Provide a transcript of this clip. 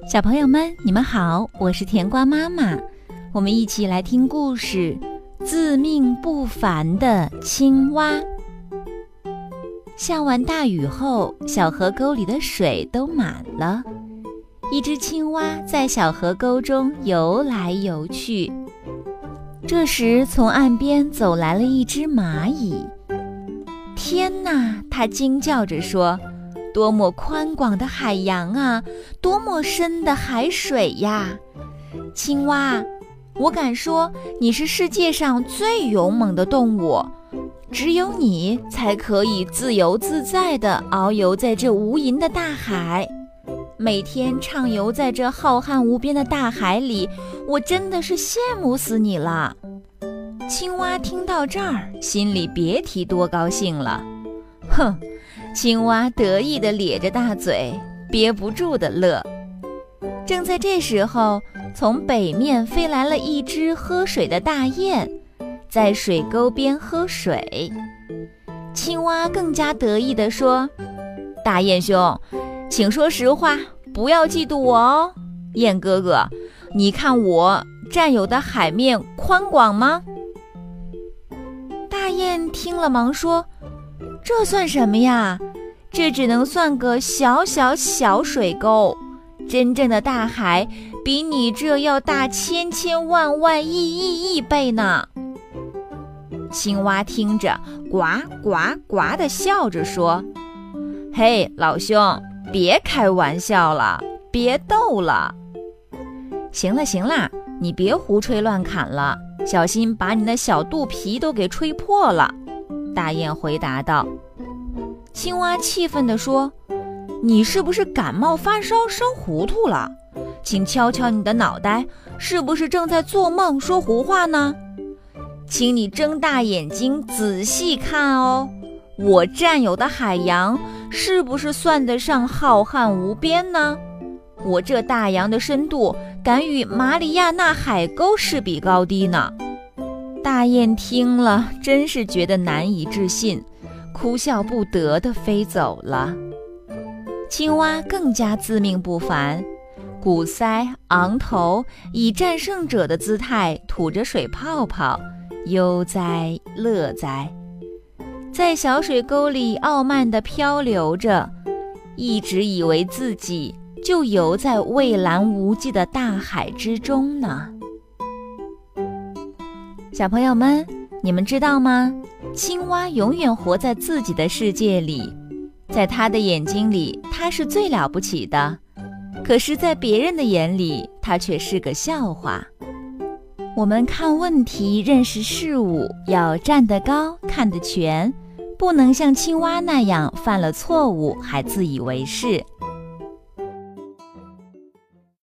小朋友们，你们好，我是甜瓜妈妈。我们一起来听故事《自命不凡的青蛙》。下完大雨后，小河沟里的水都满了。一只青蛙在小河沟中游来游去。这时，从岸边走来了一只蚂蚁。天哪！它惊叫着说，多么宽广的海洋啊，多么深的海水呀！青蛙，我敢说你是世界上最勇猛的动物，只有你才可以自由自在地遨游在这无垠的大海。每天畅游在这浩瀚无边的大海里，我真的是羡慕死你了。青蛙听到这儿，心里别提多高兴了。哼！青蛙得意地咧着大嘴，憋不住地乐。正在这时候，从北面飞来了一只喝水的大雁，在水沟边喝水。青蛙更加得意地说：“大雁兄，请说实话，不要嫉妒我哦。雁哥哥，你看我占有的海面宽广吗？”大雁听了忙说：“这算什么呀？这只能算个小水沟，真正的大海比你这要大千万亿倍呢。”青蛙听着，呱呱呱地笑着说：“嘿，老兄，别开玩笑了，别逗了。行了，你别胡吹乱侃了，小心把你那小肚皮都给吹破了。”大雁回答道。青蛙气愤地说：“你是不是感冒发烧烧糊涂了？请敲敲你的脑袋，是不是正在做梦说胡话呢？请你睁大眼睛仔细看哦，我占有的海洋是不是算得上浩瀚无边呢？我这大洋的深度敢与马里亚纳海沟势比高低呢。”大雁听了，真是觉得难以置信，哭笑不得地飞走了。青蛙更加自命不凡，鼓腮昂头，以战胜者的姿态吐着水泡泡，悠哉乐哉，在小水沟里傲慢地漂流着，一直以为自己就游在蔚蓝无际的大海之中呢。小朋友们，你们知道吗？青蛙永远活在自己的世界里，在他的眼睛里，他是最了不起的，可是在别人的眼里，他却是个笑话。我们看问题、认识事物，要站得高，看得全，不能像青蛙那样犯了错误还自以为是。